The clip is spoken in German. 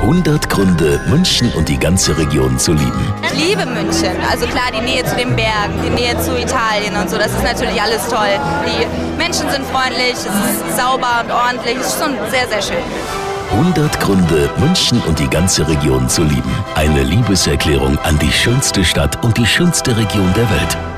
100 Gründe, München und die ganze Region zu lieben. Ich liebe München. Also klar, die Nähe zu den Bergen, die Nähe zu Italien und so, das ist natürlich alles toll. Die Menschen sind freundlich, es ist sauber und ordentlich, es ist schon sehr, sehr schön. 100 Gründe, München und die ganze Region zu lieben. Eine Liebeserklärung an die schönste Stadt und die schönste Region der Welt.